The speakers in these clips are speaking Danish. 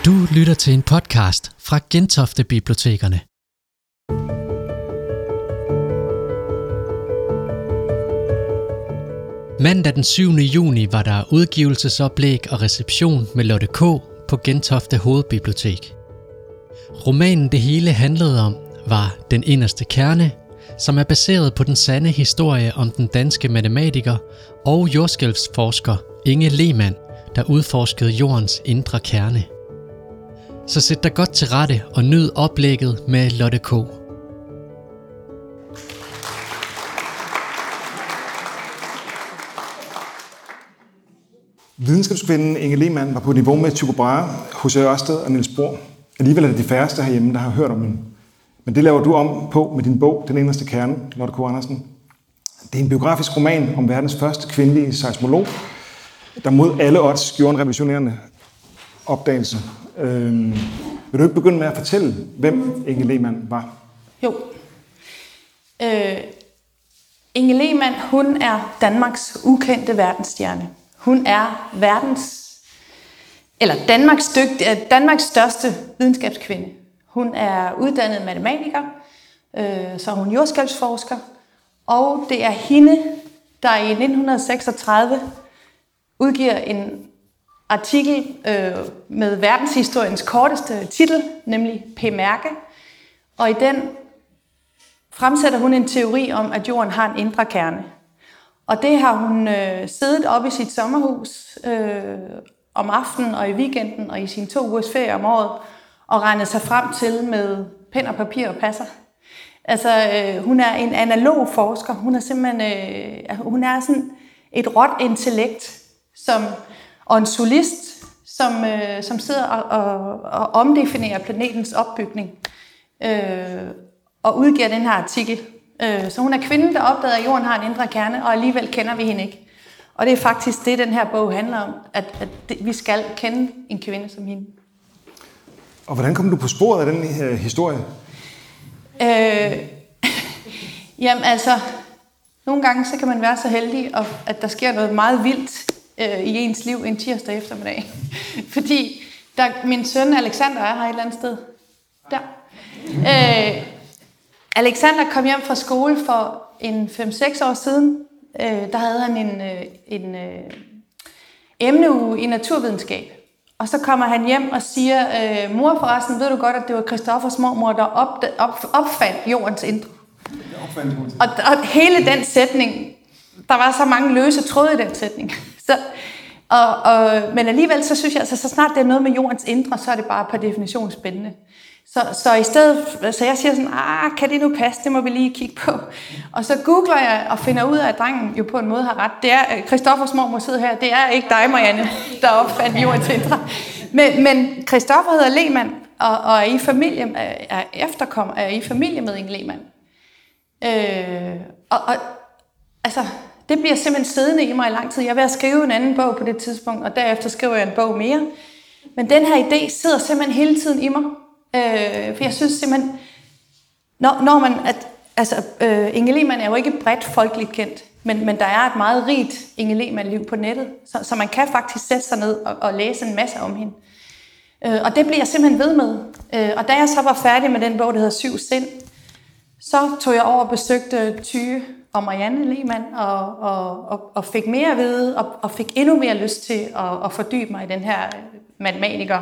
Du lytter til en podcast fra Gentofte Bibliotekerne. Mandag den 7. juni var der udgivelsesoplæg og reception med Lotte K. på Gentofte Hovedbibliotek. Romanen det hele handlede om var Den inderste kerne, som er baseret på den sande historie om den danske matematiker og jordskælvsforsker Inge Lehmann, der udforskede jordens indre kerne. Så sæt dig godt til rette og nyd oplægget med Lotte K. Videnskabskvinden Inge Lehmann var på niveau med Tycho Brahe, H.C. Ørsted og Niels Bohr. Alligevel er det de færreste herhjemme, der har hørt om hende. Men det laver du om på med din bog, Den inderste kerne, Lotte K. Andersen. Det er en biografisk roman om verdens første kvindelige seismolog, der mod alle odds gjorde en revolutionerende opdagelse. Vil du ikke begynde med at fortælle, hvem Inge Lehmann var? Jo. Inge Lehmann, hun er Danmarks ukendte verdensstjerne. Hun er Danmarks største videnskabskvinde. Hun er uddannet matematiker, så er hun jordskælvsforsker, og det er hende, der i 1936 udgiver en artikel med verdenshistoriens korteste titel, nemlig P-mærke, og i den fremsætter hun en teori om, at jorden har en indre kerne. Og det har hun siddet oppe i sit sommerhus om aftenen og i weekenden og i sine 2 ugers ferie om året og regnet sig frem til med pen og papir og passer. Altså, hun er en analog forsker. Hun er simpelthen hun er sådan et råt intellekt og en solist, som sidder og omdefinerer planetens opbygning og udgiver den her artikel. Så hun er kvinden, der opdager, at jorden har en indre kerne, og alligevel kender vi hende ikke. Og det er faktisk det, den her bog handler om, at vi skal kende en kvinde som hende. Og hvordan kom du på sporet af den her historie? Jamen altså, nogle gange så kan man være så heldig, at der sker noget meget vildt i ens liv en tirsdag eftermiddag. Fordi min søn Alexander er her et eller andet sted. Der. Alexander kom hjem fra skole for en 5-6 år siden. Der havde han en emneuge i naturvidenskab. Og så kommer han hjem og siger, mor forresten, ved du godt, at det var Christoffers mormor, der opfandt jordens indre. Og hele den sætning, der var så mange løse tråde i den sætning. Men alligevel så synes jeg, så snart det er noget med jordens indre, så er det bare per definition spændende. Så i stedet, så jeg siger sådan, kan det nu passe, det må vi lige kigge på. Og så googler jeg og finder ud af, at drengen jo på en måde har ret. Det er Christoffers mormor sidder her, det er ikke dig, Marianne, der opfandt jordens indre. Men Christoffer hedder Lehmann, og er i familie med Inge Lehmann. Altså, det bliver simpelthen siddende i mig i lang tid. Jeg er ved at skrive en anden bog på det tidspunkt, og derefter skriver jeg en bog mere. Men den her idé sidder simpelthen hele tiden i mig. For jeg synes simpelthen, når man... Inge Lehmann er jo ikke bredt folkeligt kendt, men der er et meget rigt Inge Lehmann-liv på nettet, så man kan faktisk sætte sig ned og læse en masse om hende. Og det bliver jeg simpelthen ved med. Og da jeg så var færdig med den bog, der hedder 7 sind, så tog jeg over og besøgte Tyge og Marianne Lehmann og fik mere at vide og fik endnu mere lyst til at fordybe mig i den her matematiker.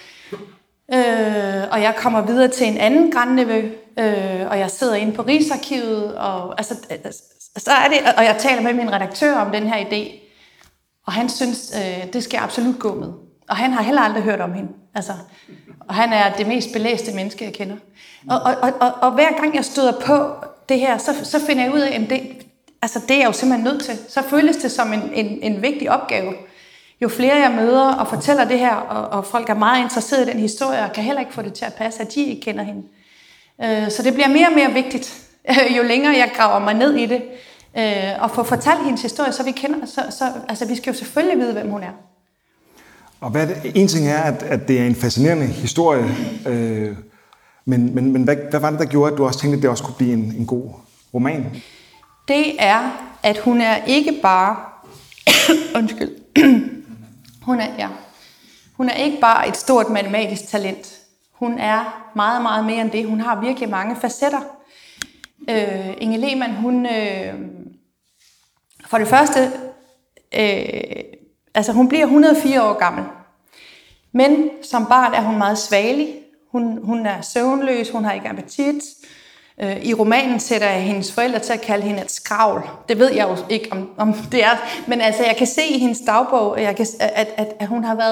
Og jeg kommer videre til en anden grandnevø, og jeg sidder inde på Rigsarkivet, og jeg taler med min redaktør om den her idé, og han synes, det skal jeg absolut gå med. Og han har heller aldrig hørt om hende. Og han er det mest belæste menneske, jeg kender. Og hver gang jeg støder på det her, så finder jeg ud af, at det er jeg jo simpelthen nødt til. Så føles det som en vigtig opgave. Jo flere jeg møder og fortæller det her, og folk er meget interesserede i den historie, og kan heller ikke få det til at passe, at de ikke kender hende. Så det bliver mere og mere vigtigt, jo længere jeg graver mig ned i det, og få fortalt hendes historie, så vi kender. Så vi skal jo selvfølgelig vide, hvem hun er. Og en ting er, at det er en fascinerende historie, men hvad var det, der gjorde, at du også tænkte, at det også kunne blive en god roman? Det er, at hun er ikke bare... Undskyld. Hun er ikke bare et stort matematisk talent. Hun er meget, meget mere end det. Hun har virkelig mange facetter. Inge Lehmann, hun... for det første... hun bliver 104 år gammel. Men som barn er hun meget svagelig. Hun er søvnløs, hun har ikke appetit. I romanen sætter jeg hendes forældre til at kalde hende et skravl. Det ved jeg jo ikke, om det er. Men altså, jeg kan se i hendes dagbog, at hun har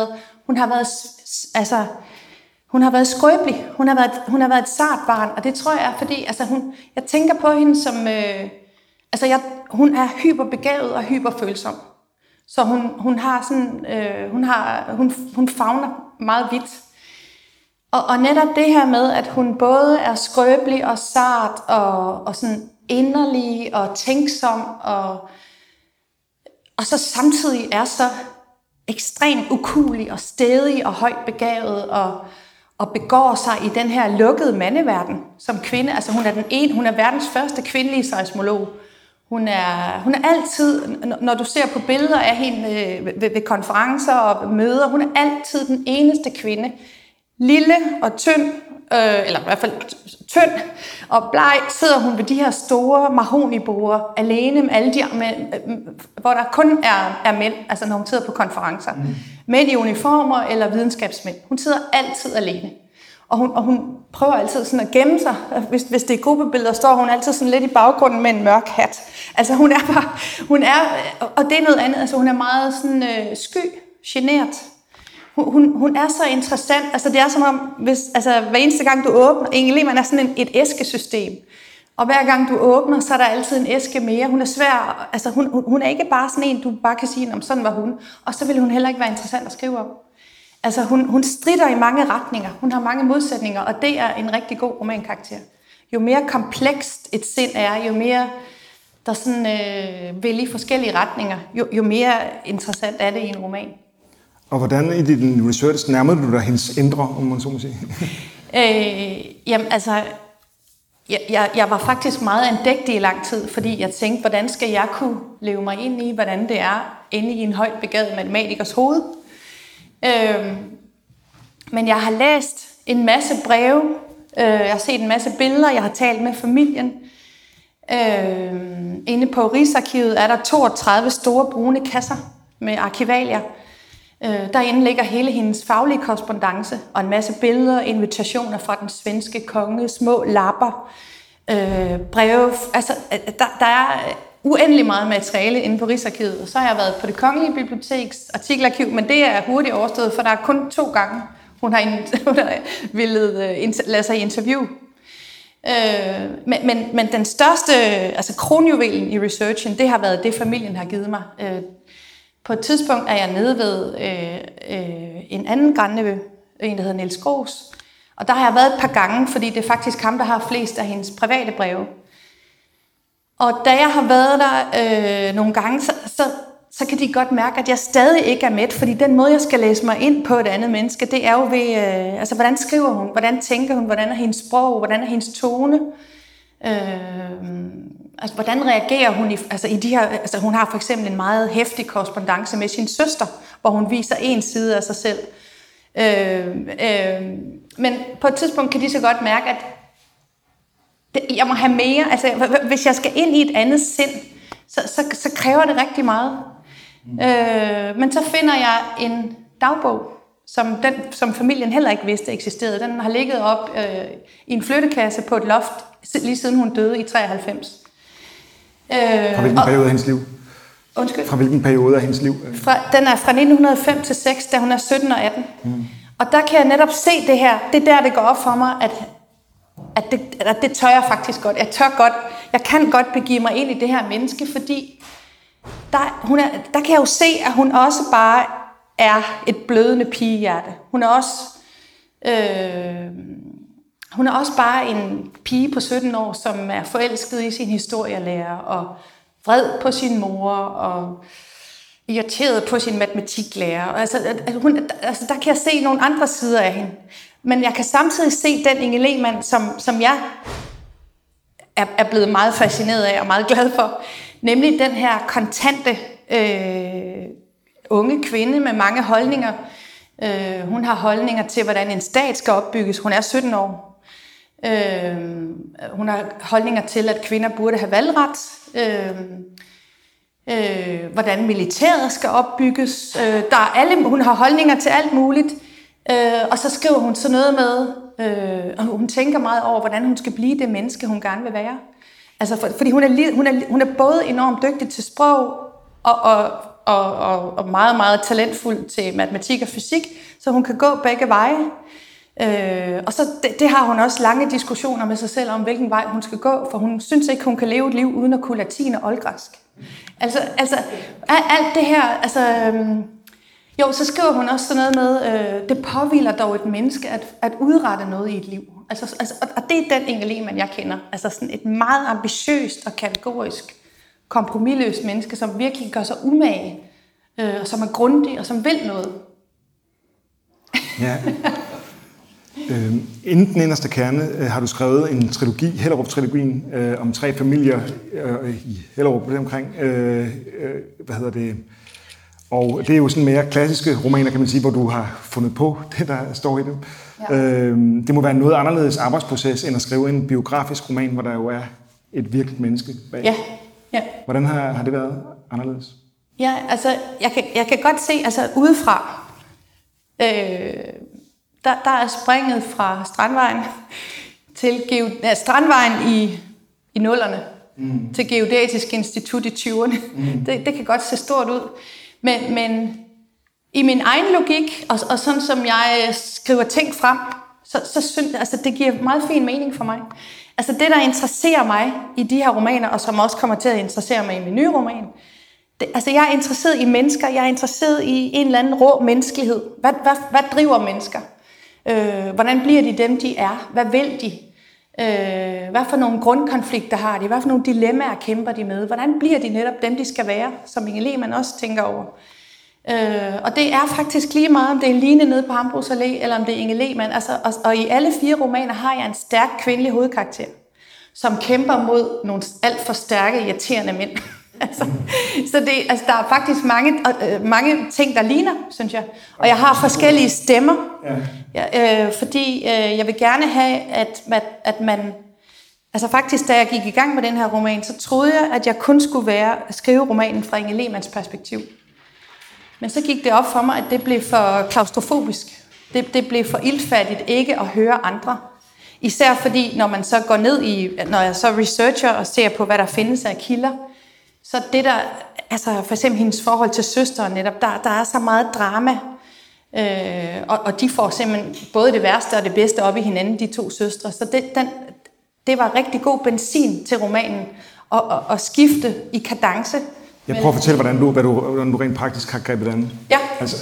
været skrøbelig. Hun har været et sart barn, og det tror jeg er, fordi jeg tænker på hende som... hun er hyperbegavet og hyperfølsom. Så hun har sådan, hun favner meget vidt. Og netop det her med, at hun både er skrøbelig og sart og sådan inderlig og tænksom og så samtidig er så ekstremt ukuelig og stædig og højt begavet og begår sig i den her lukkede mandeverden som kvinde. Altså hun er verdens første kvindelige seismolog. Hun er altid, når du ser på billeder af hende ved konferencer og møder, hun er altid den eneste kvinde. Lille og tynd, eller i hvert fald tynd og bleg, sidder hun ved de her store mahogniborer alene med alle de, hvor der kun er mænd, altså når hun sidder på konferencer. Mænd i uniformer eller videnskabsmænd. Hun sidder altid alene. Og hun prøver altid sådan at gemme sig. Hvis det er gruppebilleder, står hun altid sådan lidt i baggrunden med en mørk hat. Altså hun er, og det er noget andet, altså hun er meget sådan sky, genert. Hun er så interessant, altså det er som om, hver eneste gang du åbner, Inge Lehmann er sådan et æskesystem. Og hver gang du åbner, så er der altid en æske mere. Hun er svær, altså hun er ikke bare sådan en, du bare kan sige, om sådan var hun. Og så vil hun heller ikke være interessant at skrive om. Altså hun stritter i mange retninger, hun har mange modsætninger, og det er en rigtig god romankarakter. Jo mere komplekst et sind er, jo mere der sådan vil i forskellige retninger, jo mere interessant er det i en roman. Og hvordan i din research nærmede du dig hendes indre, om man så må sige? Jeg var faktisk meget andægtig i lang tid, fordi jeg tænkte, hvordan skal jeg kunne leve mig ind i, hvordan det er inde i en højt begavet matematikers hoved. Men jeg har læst en masse breve, jeg har set en masse billeder, jeg har talt med familien. Inde på Rigsarkivet er der 32 store brune kasser med arkivalier. Derinde ligger hele hendes faglige korrespondance og en masse billeder, invitationer fra den svenske konge, små lapper, breve. Altså, der er uendelig meget materiale inde på Rigsarkivet. Og så har jeg været på Det Kongelige Biblioteks artikelarkiv, men det er hurtigt overstået, for der er kun 2 gange, hun har ville lade sig interview. Men den største, altså kronjuvelen i researchen, det har været det, familien har givet mig. På et tidspunkt er jeg nede ved en anden grandnevø, en der hedder Niels Gros. Og der har jeg været et par gange, fordi det er faktisk ham, der har flest af hendes private breve. Og da jeg har været der nogle gange, så kan de godt mærke, at jeg stadig ikke er mæt, fordi den måde, jeg skal læse mig ind på et andet menneske, det er jo ved, hvordan skriver hun, hvordan tænker hun, hvordan er hendes sprog, hvordan er hendes tone, hvordan reagerer hun i de her, hun har for eksempel en meget heftig korrespondance med sin søster, hvor hun viser en side af sig selv. Men på et tidspunkt kan de så godt mærke, at jeg må have mere, hvis jeg skal ind i et andet sind, så kræver det rigtig meget. Men så finder jeg en dagbog, som familien heller ikke vidste eksisterede. Den har ligget op i en flyttekasse på et loft, lige siden hun døde i 93. Fra hvilken periode af hendes liv? Undskyld? Fra hvilken periode af hendes liv? Den er fra 1905 til 6, da hun er 17 og 18. Og der kan jeg netop se det her. Det er der, det går op for mig, at det tør jeg faktisk godt. Jeg kan godt begive mig ind i det her menneske, fordi der kan jeg jo se, at hun også bare er et blødende pigehjerte. Hun er også bare en pige på 17 år, som er forelsket i sin historielærer, og vred på sin mor, og irriteret på sin matematiklærer. Der kan jeg se nogle andre sider af hende. Men jeg kan samtidig se den Inge Lehmann, som jeg er blevet meget fascineret af og meget glad for. Nemlig den her kontante unge kvinde med mange holdninger, Hun har holdninger til, hvordan en stat skal opbygges. Hun er 17 år. Hun har holdninger til, at kvinder burde have valgret. Hvordan militæret skal opbygges. Hun har holdninger til alt muligt. Og så skriver hun så noget med, og hun tænker meget over, hvordan hun skal blive det menneske, hun gerne vil være. Altså fordi hun er både enormt dygtig til sprog, og meget, meget talentfuld til matematik og fysik, så hun kan gå begge veje. Og så det har hun også lange diskussioner med sig selv om, hvilken vej hun skal gå, for hun synes ikke, hun kan leve et liv uden at kunne latin og oldgræsk. Altså alt det her, jo, så skriver hun også sådan noget med, det påhviler dog et menneske at udrette noget i et liv. Og det er den Inge Lehmann, jeg kender. Altså sådan et meget ambitiøst og kategorisk, kompromisløst menneske, som virkelig gør sig umage, og som er grundig, og som vil noget. Ja. Inden den inderste kerne har du skrevet en trilogi, Hellerup-trilogien, om 3 familier i Hellerup, det omkring. Og det er jo sådan mere klassiske romaner, kan man sige, hvor du har fundet på det, der står i dem. Ja. Det må være en noget anderledes arbejdsproces, end at skrive en biografisk roman, hvor der jo er et virkeligt menneske bag. Ja. Ja. Hvordan har det været anderledes? Ja, altså, jeg kan godt se, altså udefra, der er springet fra Strandvejen til Strandvejen i 0'erne til Geodatisk Institut i 20'erne. Det kan godt se stort ud. Men i min egen logik, og sådan som jeg skriver ting frem, så synes jeg, altså det giver meget fin mening for mig. Altså det, der interesserer mig i de her romaner, og som også kommer til at interessere mig i min nye roman, jeg er interesseret i mennesker, jeg er interesseret i en eller anden rå menneskelighed. Hvad driver mennesker? Hvordan bliver de dem, de er? Hvad vil de? Hvad for nogle grundkonflikter har de? Hvad for nogle dilemmaer kæmper de med? Hvordan bliver de netop dem, de skal være, som Inge Lehmann også tænker over? Og det er faktisk lige meget, om det er Line nede på Hambros Allé, eller om det er Inge Lehmann. Altså, og i alle 4 romaner har jeg en stærk kvindelig hovedkarakter, som kæmper mod nogle alt for stærke, irriterende mænd. Så der er faktisk mange ting, der ligner, synes jeg. Og jeg har forskellige stemmer, fordi jeg vil gerne have, at man... Altså faktisk, da jeg gik i gang med den her roman, så troede jeg, at jeg kun skulle skrive romanen fra Inge Lehmanns perspektiv. Men så gik det op for mig, at det blev for klaustrofobisk. Det blev for iltfattigt ikke at høre andre. Især fordi, når man så går ned når jeg så researcher og ser på, hvad der findes af kilder, så det der, altså for eksempel hendes forhold til søsteren netop, der er så meget drama, og de får simpelthen både det værste og det bedste op i hinanden, de 2 søstre. Så det var rigtig god benzin til romanen, at skifte i kadence. Jeg prøver at fortælle, hvordan du rent praktisk har grebet den. Ja. Altså,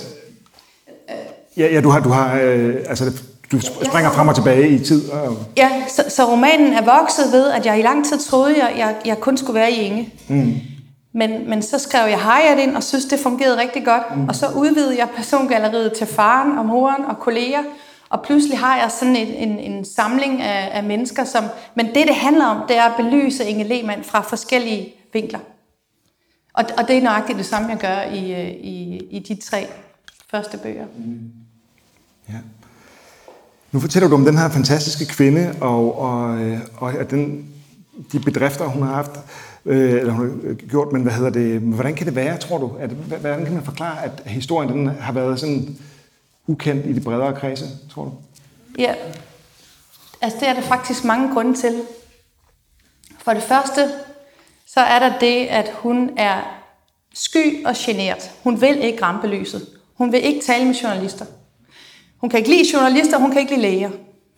du springer frem og tilbage i tid. Ja, så romanen er vokset ved, at jeg i lang tid troede, jeg kun skulle være i Inge. Men så skrev jeg Harriet ind, og synes, det fungerede rigtig godt. Og så udvidede jeg persongalleriet til faren og moren og kolleger. Og pludselig har jeg sådan en samling af mennesker, som... Men det handler om, det er at belyse Inge Lehmann fra forskellige vinkler. Og det er nøjagtigt det samme, jeg gør i de 3 første bøger. Ja. Nu fortæller du om den her fantastiske kvinde, og de bedrifter, hun har haft, eller hun har gjort, men hvordan kan det være, tror du? Hvordan kan man forklare, at historien den har været sådan ukendt i de bredere kredse, tror du? Ja, altså det er der faktisk mange grunde til. For det første, så er der det, at hun er sky og genert. Hun vil ikke rampelyset. Hun vil ikke tale med journalister. Hun kan ikke lide journalister, hun kan ikke lide læger.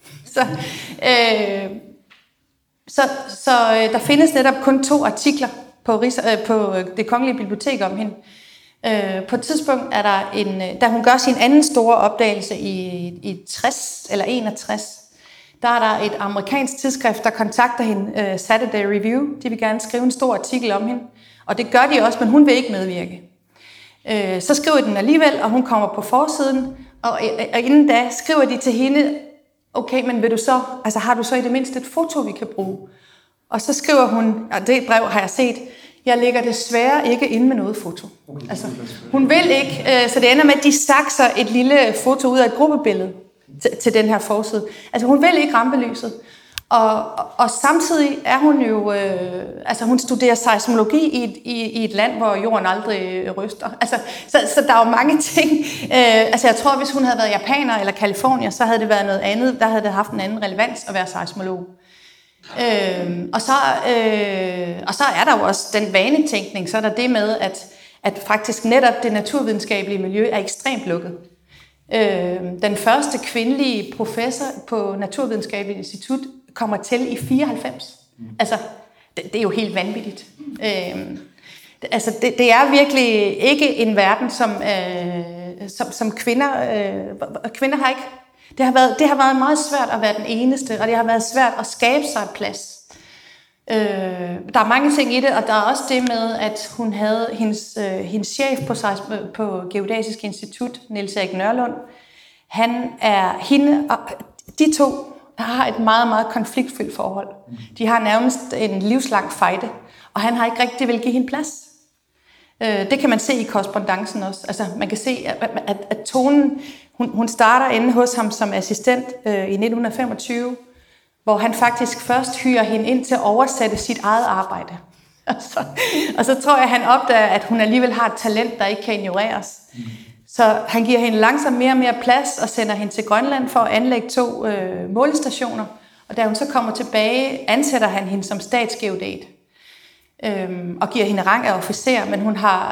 Så der findes netop kun 2 artikler på Det Kongelige Bibliotek om hende. På et tidspunkt er der da hun gør sin anden store opdagelse i 60 eller 61, der er der et amerikansk tidsskrift, der kontakter hende, Saturday Review. De vil gerne skrive en stor artikel om hende. Og det gør de også, men hun vil ikke medvirke. Så skriver de den alligevel, og hun kommer på forsiden. Og inden da skriver de til hende, okay, men har du så i det mindste et foto, vi kan bruge? Og så skriver hun, og det brev har jeg set, Jeg ligger desværre ikke inde med noget foto. Okay, altså, hun vil ikke, så det ender med, at de sakser et lille foto ud af et gruppebillede til den her forside. Altså hun vil ikke rampelyset. Og samtidig er hun jo, altså hun studerer seismologi i et land, hvor jorden aldrig ryster. Altså, så der er jo mange ting. Altså jeg tror, hvis hun havde været japaner eller kalifornier, så havde det været noget andet. Der havde det haft en anden relevans at være seismolog. Og så er der jo også den vanetænkning, så er der det med, at faktisk netop det naturvidenskabelige miljø er ekstremt lukket. Den første kvindelige professor på Naturvidenskabeligt Institut kommer til i 94. Altså, det er jo helt vanvittigt. Altså, det er virkelig ikke en verden, som kvinder... Kvinder har ikke... Det har været meget svært at være den eneste, og det har været svært at skabe sig et plads. Der er mange ting i det, og der er også det med, at hun havde hendes chef på Geodæsisk Institut, Niels Erik Nørlund. Hende og de to har et meget, meget konfliktfyldt forhold. De har nærmest en livslang fejde, og han har ikke rigtig vil give hende plads. Det kan man se i korrespondancen også. Altså, man kan se, at tonen... Hun starter inde hos ham som assistent i 1925, hvor han faktisk først hyrer hende ind til at oversætte sit eget arbejde. Og så tror jeg, at han opdager, at hun alligevel har et talent, der ikke kan ignoreres. Så han giver hende langsomt mere og mere plads og sender hende til Grønland for at anlægge 2 målestationer. Og da hun så kommer tilbage, ansætter han hende som statsgeodat og giver hende rang af officer. Men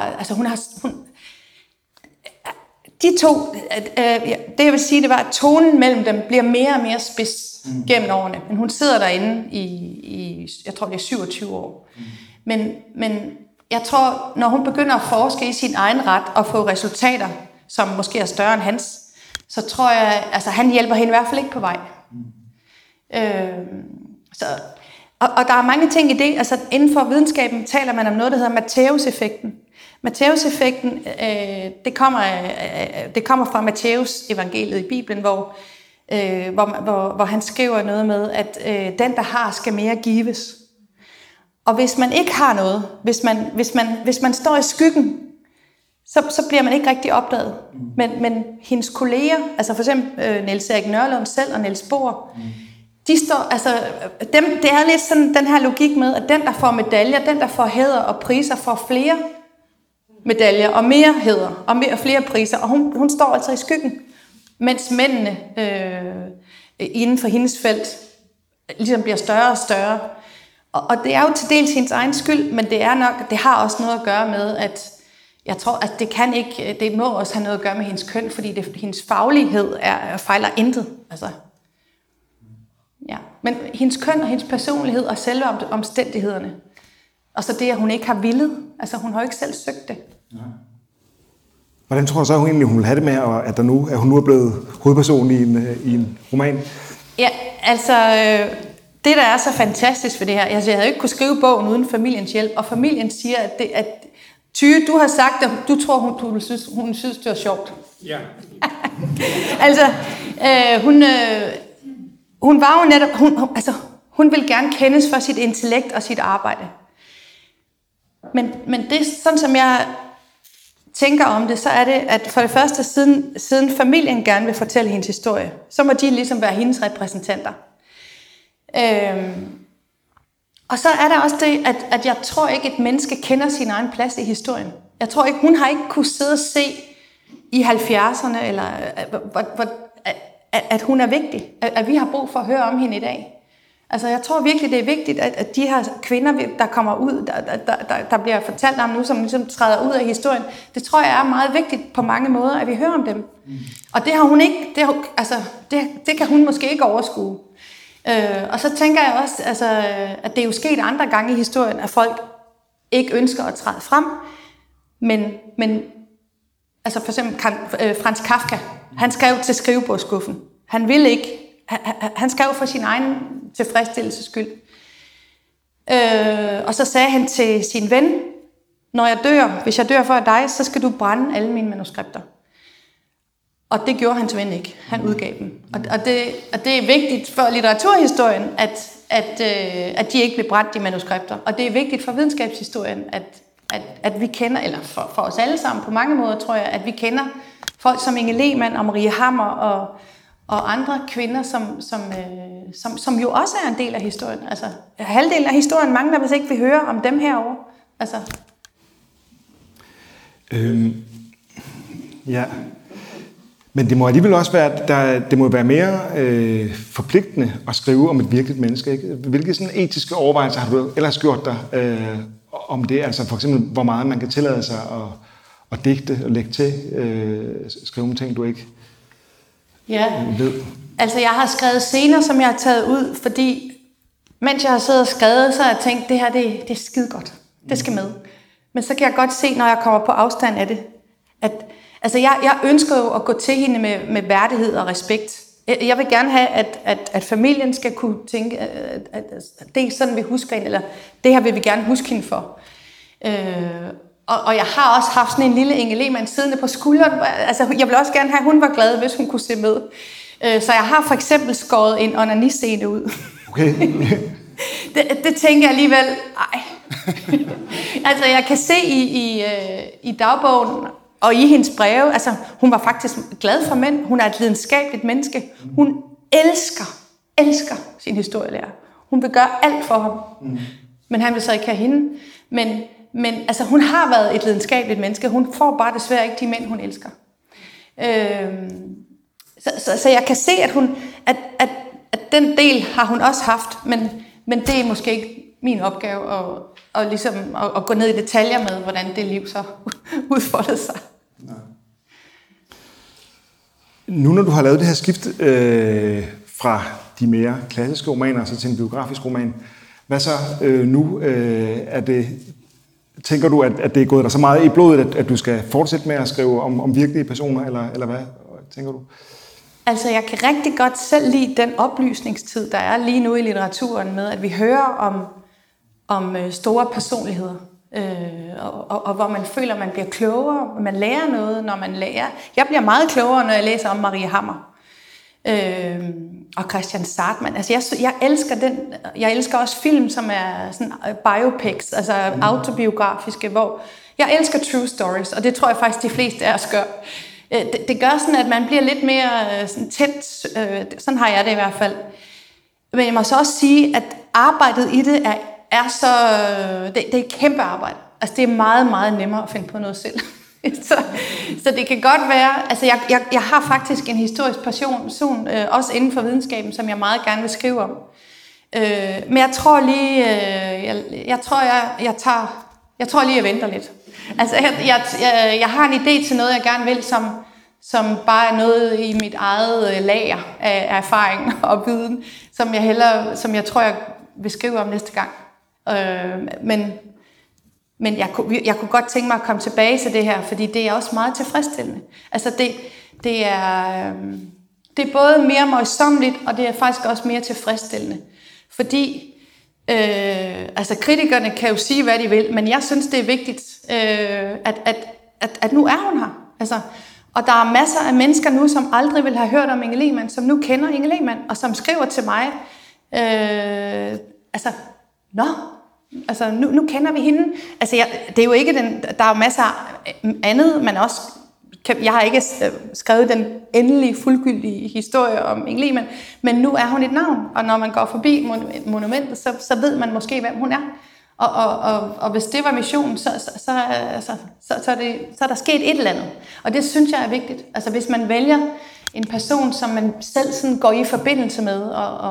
de to, det jeg vil sige, det var, at tonen mellem dem bliver mere og mere spids gennem årene. Men hun sidder derinde i jeg tror det er 27 år. Men jeg tror, når hun begynder at forske i sin egen ret og få resultater, som måske er større end hans, så tror jeg, altså han hjælper hende i hvert fald ikke på vej. Og der er mange ting i det. Altså inden for videnskaben taler man om noget, der hedder Matthæus-effekten. Matthæus-effekten, det kommer fra Matthæus evangeliet i Bibelen, hvor han skriver noget med, at den, der har, skal mere gives. Og hvis man ikke har noget, hvis man står i skyggen, så bliver man ikke rigtig opdaget. Men hendes kolleger, altså for eksempel Niels Erik Nørlund selv og Niels Bohr, de står, altså det er lidt sådan den her logik med, at den, der får medaljer, den, der får hæder og priser, får flere medaljer og mere hæder og flere priser, og hun står altså i skyggen, mens mændene inden for hendes felt ligesom bliver større og større. Og det er jo til dels hendes egen skyld, men det har også noget at gøre med, at jeg tror, at det må også have noget at gøre med hendes køn, fordi hendes faglighed fejler intet. Altså. Ja. Men hendes køn og hendes personlighed og selve omstændighederne, og så det, at hun ikke har villet, altså hun har jo ikke selv søgt det. Ja. Hvordan tror du så egentlig, hun vil have det med, at hun nu er blevet hovedperson i en roman? Ja, altså det, der er så fantastisk ved det her, altså jeg havde ikke kunne skrive bogen uden familiens hjælp, og familien siger, at Tyge, du har sagt, at du tror, hun synes, det var sjovt. Ja. Altså, hun var jo netop, hun vil gerne kendes for sit intellekt og sit arbejde. Men det, sådan som jeg tænker om det, så er det, at for det første, siden familien gerne vil fortælle hendes historie, så må de ligesom være hendes repræsentanter. Og så er der også det, at jeg tror ikke, et menneske kender sin egen plads i historien. Jeg tror ikke, hun har ikke kunne sidde og se i 70'erne, eller at hun er vigtig, at vi har brug for at høre om hende i dag. Altså jeg tror virkelig, det er vigtigt, at de her kvinder, der kommer ud, der bliver fortalt om nu, som ligesom træder ud af historien, det tror jeg er meget vigtigt på mange måder, at vi hører om dem. Og det har hun ikke, det kan hun måske ikke overskue. Og så tænker jeg også, altså, at det er jo sket andre gange i historien, at folk ikke ønsker at træde frem, men altså for eksempel Franz Kafka, han skrev til skrivebordsskuffen. Han ville ikke. Han skrev for sin egen tilfredsstillelses skyld. Og så sagde han til sin ven, hvis jeg dør for dig, så skal du brænde alle mine manuskripter. Og det gjorde hans ven ikke. Han udgav dem. Og det er vigtigt for litteraturhistorien, at de ikke blev brændt, de manuskripter. Og det er vigtigt for videnskabshistorien, at vi kender, eller for os alle sammen på mange måder, tror jeg, at vi kender folk som Inge Lehmann og Marie Hammer og andre kvinder, som jo også er en del af historien. Altså, halvdelen af historien mangler, hvis ikke vi hører om dem herovre. Altså. Ja. Men det må alligevel også være, det må være mere forpligtende at skrive om et virkeligt menneske, ikke? Hvilke sådan etiske overvejelser har du ellers gjort dig om det? Altså for eksempel, hvor meget man kan tillade sig at digte og lægge til, skrive om ting, du ikke ved? Altså jeg har skrevet scener, som jeg har taget ud, fordi mens jeg har siddet og skrevet, så har jeg tænkt, det her det er skide godt. Det skal med. Men så kan jeg godt se, når jeg kommer på afstand af det, at altså jeg ønsker jo at gå til hende med værdighed og respekt. Jeg vil gerne have, at familien skal kunne tænke, at det er sådan, vi husker hende, eller det her vil vi gerne huske hende for. Og jeg har også haft sådan en lille Inge Lehmann siddende på skulderen. Altså, jeg vil også gerne have, at hun var glad, hvis hun kunne se med. Så jeg har for eksempel skåret en onaniscene ud. Okay. det tænker jeg alligevel, altså jeg kan se i dagbogen og i hendes breve, altså hun var faktisk glad for mænd. Hun er et lidenskabeligt menneske. Hun elsker sin historielærer. Hun vil gøre alt for ham. Men han vil så ikke have hende. Men altså, hun har været et lidenskabeligt menneske. Hun får bare desværre ikke de mænd, hun elsker. Så jeg kan se, at den del har hun også haft, men det er måske ikke min opgave at ligesom at gå ned i detaljer med, hvordan det liv så udfoldede sig. Nej. Nu når du har lavet det her skift fra de mere klassiske romaner så til en biografisk roman, hvad så nu er det? Tænker du, at det er gået dig så meget i blodet, at du skal fortsætte med at skrive om virkelige personer, eller hvad tænker du? Altså, jeg kan rigtig godt selv lide den oplysningstid, der er lige nu i litteraturen med, at vi hører om store personligheder, og hvor man føler, at man bliver klogere, og man lærer noget, når man lærer. Jeg bliver meget klogere, når jeg læser om Marie Hammer og Christian Sartmann. Altså, jeg elsker den. Jeg elsker også film, som er sådan biopics, altså autobiografiske, hvor jeg elsker true stories, og det tror jeg faktisk, de fleste af os gør. Det gør sådan, at man bliver lidt mere sådan tæt. Sådan har jeg det i hvert fald. Men jeg må så også sige, at arbejdet i det er så... Det er et kæmpe arbejde. Altså, det er meget, meget nemmere at finde på noget selv. så det kan godt være... Altså, jeg har faktisk en historisk passion, også inden for videnskaben, som jeg meget gerne vil skrive om. Men jeg tror lige... Jeg tror lige, jeg venter lidt. Altså, jeg har en idé til noget, jeg gerne vil, som bare er noget i mit eget lager af erfaring og viden, som jeg tror, jeg vil skrive om næste gang. Men jeg kunne godt tænke mig at komme tilbage til det her, fordi det er også meget tilfredsstillende. Altså, det er både mere møjsommeligt, og det er faktisk også mere tilfredsstillende. Fordi altså kritikerne kan jo sige, hvad de vil, men jeg synes, det er vigtigt, at nu er hun her. Altså, og der er masser af mennesker nu, som aldrig vil have hørt om Inge Lehmann, som nu kender Inge Lehmann, og som skriver til mig, nu kender vi hende. Altså, det er jo ikke der er jo masser af andet, man også jeg har ikke skrevet den endelige, fuldgyldige historie om Inge Lehmann, men nu er hun et navn, og når man går forbi monumentet, så ved man måske, hvem hun er. Og hvis det var missionen, så er der sket et eller andet. Og det synes jeg er vigtigt. Altså hvis man vælger en person, som man selv sådan går i forbindelse med,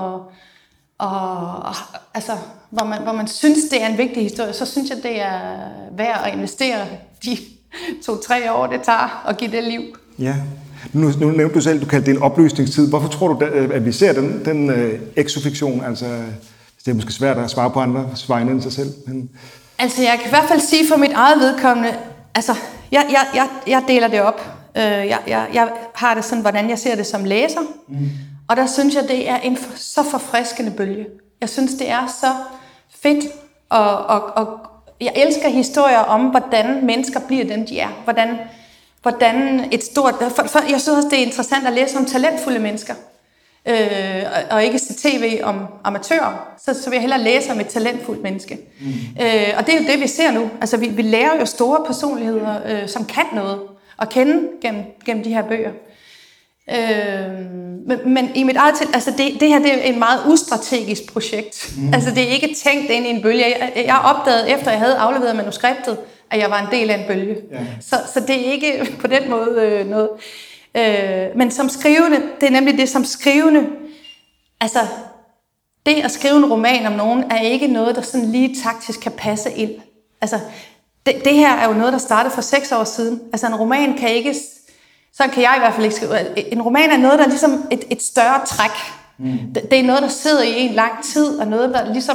altså, hvor man synes, det er en vigtig historie, så synes jeg, det er værd at investere de 2-3 år, det tager at give det liv. Ja. Nu nævnte du selv, du kaldte det en opløsningstid. Hvorfor tror du, at vi ser den exofiktion? Altså, det er måske svært at svare på andre vegne end sig selv. Men... Altså, jeg kan i hvert fald sige for mit eget vedkommende, altså, jeg deler det op. Jeg har det sådan, hvordan jeg ser det som læser. Og der synes jeg, det er en så forfriskende bølge. Jeg synes, det er så fedt, og jeg elsker historier om, hvordan mennesker bliver dem, de er. Hvordan et stort... Jeg synes også, det er interessant at læse om talentfulde mennesker. og ikke se tv om amatører, så vil jeg hellere læse om et talentfuldt menneske. Og det er jo det, vi ser nu. Altså, vi lærer jo store personligheder, som kan noget, at kende gennem de her bøger. Men i mit eget altså det her det er et meget ustrategisk projekt. Altså, det er ikke tænkt ind i en bølge. Jeg opdagede, efter jeg havde afleveret manuskriptet, at jeg var en del af en bølge. Så det er ikke på den måde noget. Men som skrivende, det er nemlig det som skrivende, altså det at skrive en roman om nogen, er ikke noget, der sådan lige taktisk kan passe ind. Altså det her er jo noget, der startede for 6 år siden. Altså en roman kan ikke, sådan kan jeg i hvert fald ikke skrive. En roman er noget, der er ligesom et større træk. Det er noget, der sidder i en lang tid, og noget, der ligesom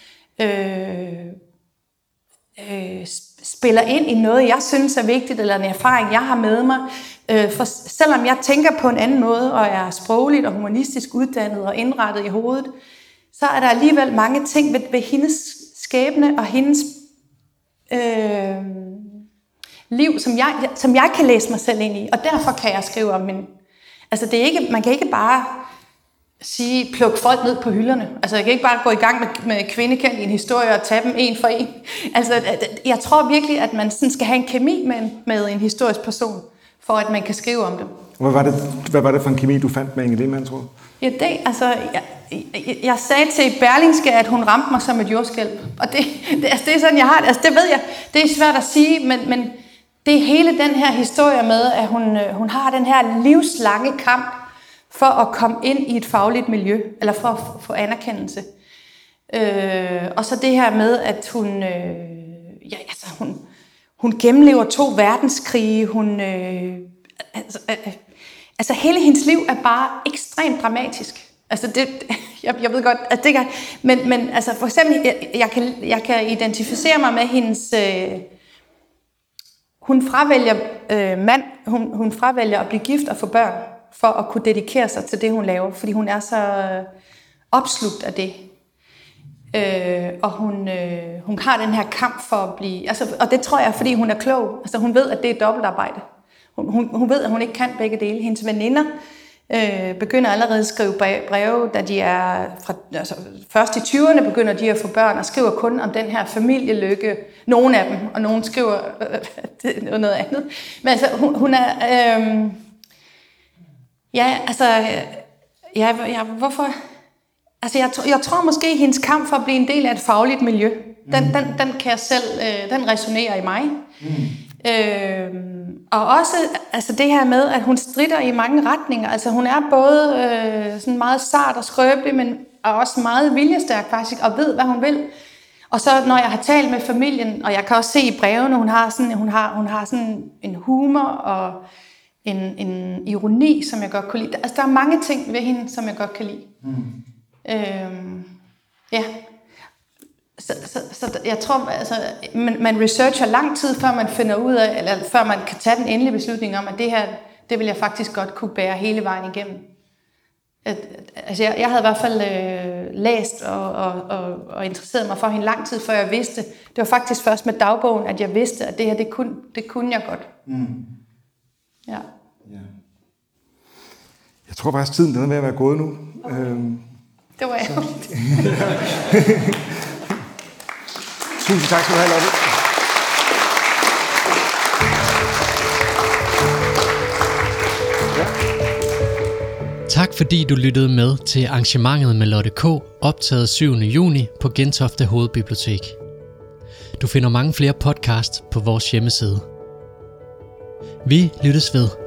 spiller ind i noget, jeg synes er vigtigt, eller en erfaring, jeg har med mig. For selvom jeg tænker på en anden måde, og er sprogligt og humanistisk uddannet og indrettet i hovedet, så er der alligevel mange ting ved hendes skæbne og hendes liv, som jeg kan læse mig selv ind i, og derfor kan jeg skrive om hende. Altså det er ikke, man kan ikke bare sige, pluk folk ned på hylderne. Altså jeg kan ikke bare gå i gang med kvindekend i en historie og tage dem en for en. Altså jeg tror virkelig, at man sådan skal have en kemi med en historisk person, for at man kan skrive om dem. Hvad var det for en kemi, du fandt med Inge Lehmann, tror du? Ja, jeg sagde til Berlingske, at hun ramte mig som et jordskælv. Og det er sådan, jeg har det. Altså, det ved jeg. Det er svært at sige, men det er hele den her historie med, at hun har den her livslange kamp for at komme ind i et fagligt miljø, eller for at få anerkendelse. Og så det her med, at hun gennemlever 2 verdenskrige. Altså hele hendes liv er bare ekstremt dramatisk. Altså jeg ved godt, at det kan, men altså for eksempel jeg kan identificere mig med hendes hun fravælger mand, hun fravælger at blive gift og få børn for at kunne dedikere sig til det hun laver, fordi hun er så opslugt af det. Og hun har den her kamp for at blive, altså, og det tror jeg, fordi hun er klog. Altså hun ved, at det er dobbeltarbejde. Hun ved, at hun ikke kan begge dele. Hendes veninder begynder allerede at skrive breve, da de er først i 20'erne begynder de at få børn, og skriver kun om den her familielykke. Nogle af dem, og nogle skriver noget andet. Men altså, hun er... hvorfor... Altså, jeg tror måske, at hendes kamp for at blive en del af et fagligt miljø, den kan jeg selv... den resonerer i mig. Og også altså det her med, at hun stritter i mange retninger. Altså hun er både sådan meget sart og skrøbelig, men er også meget viljestærk faktisk, og ved, hvad hun vil. Og så når jeg har talt med familien, og jeg kan også se i brevene, hun har sådan en humor og en ironi, som jeg godt kunne lide. Altså der er mange ting ved hende, som jeg godt kan lide. Ja. Så jeg tror, altså, man researcher lang tid, før man finder ud af, eller før man kan tage den endelige beslutning om, at det her, det vil jeg faktisk godt kunne bære hele vejen igennem. Altså, jeg havde i hvert fald læst og interesseret mig for hende lang tid, før jeg vidste. Det var faktisk først med dagbogen, at jeg vidste, at det her, det kunne jeg godt. Ja. Jeg tror faktisk, tiden den er ved at være gået nu. Det var jeg. Tusind tak skal du have, Lotte. Tak fordi du lyttede med til arrangementet med Lotte K., optaget 7. juni på Gentofte Hovedbibliotek. Du finder mange flere podcasts på vores hjemmeside. Vi lyttes ved.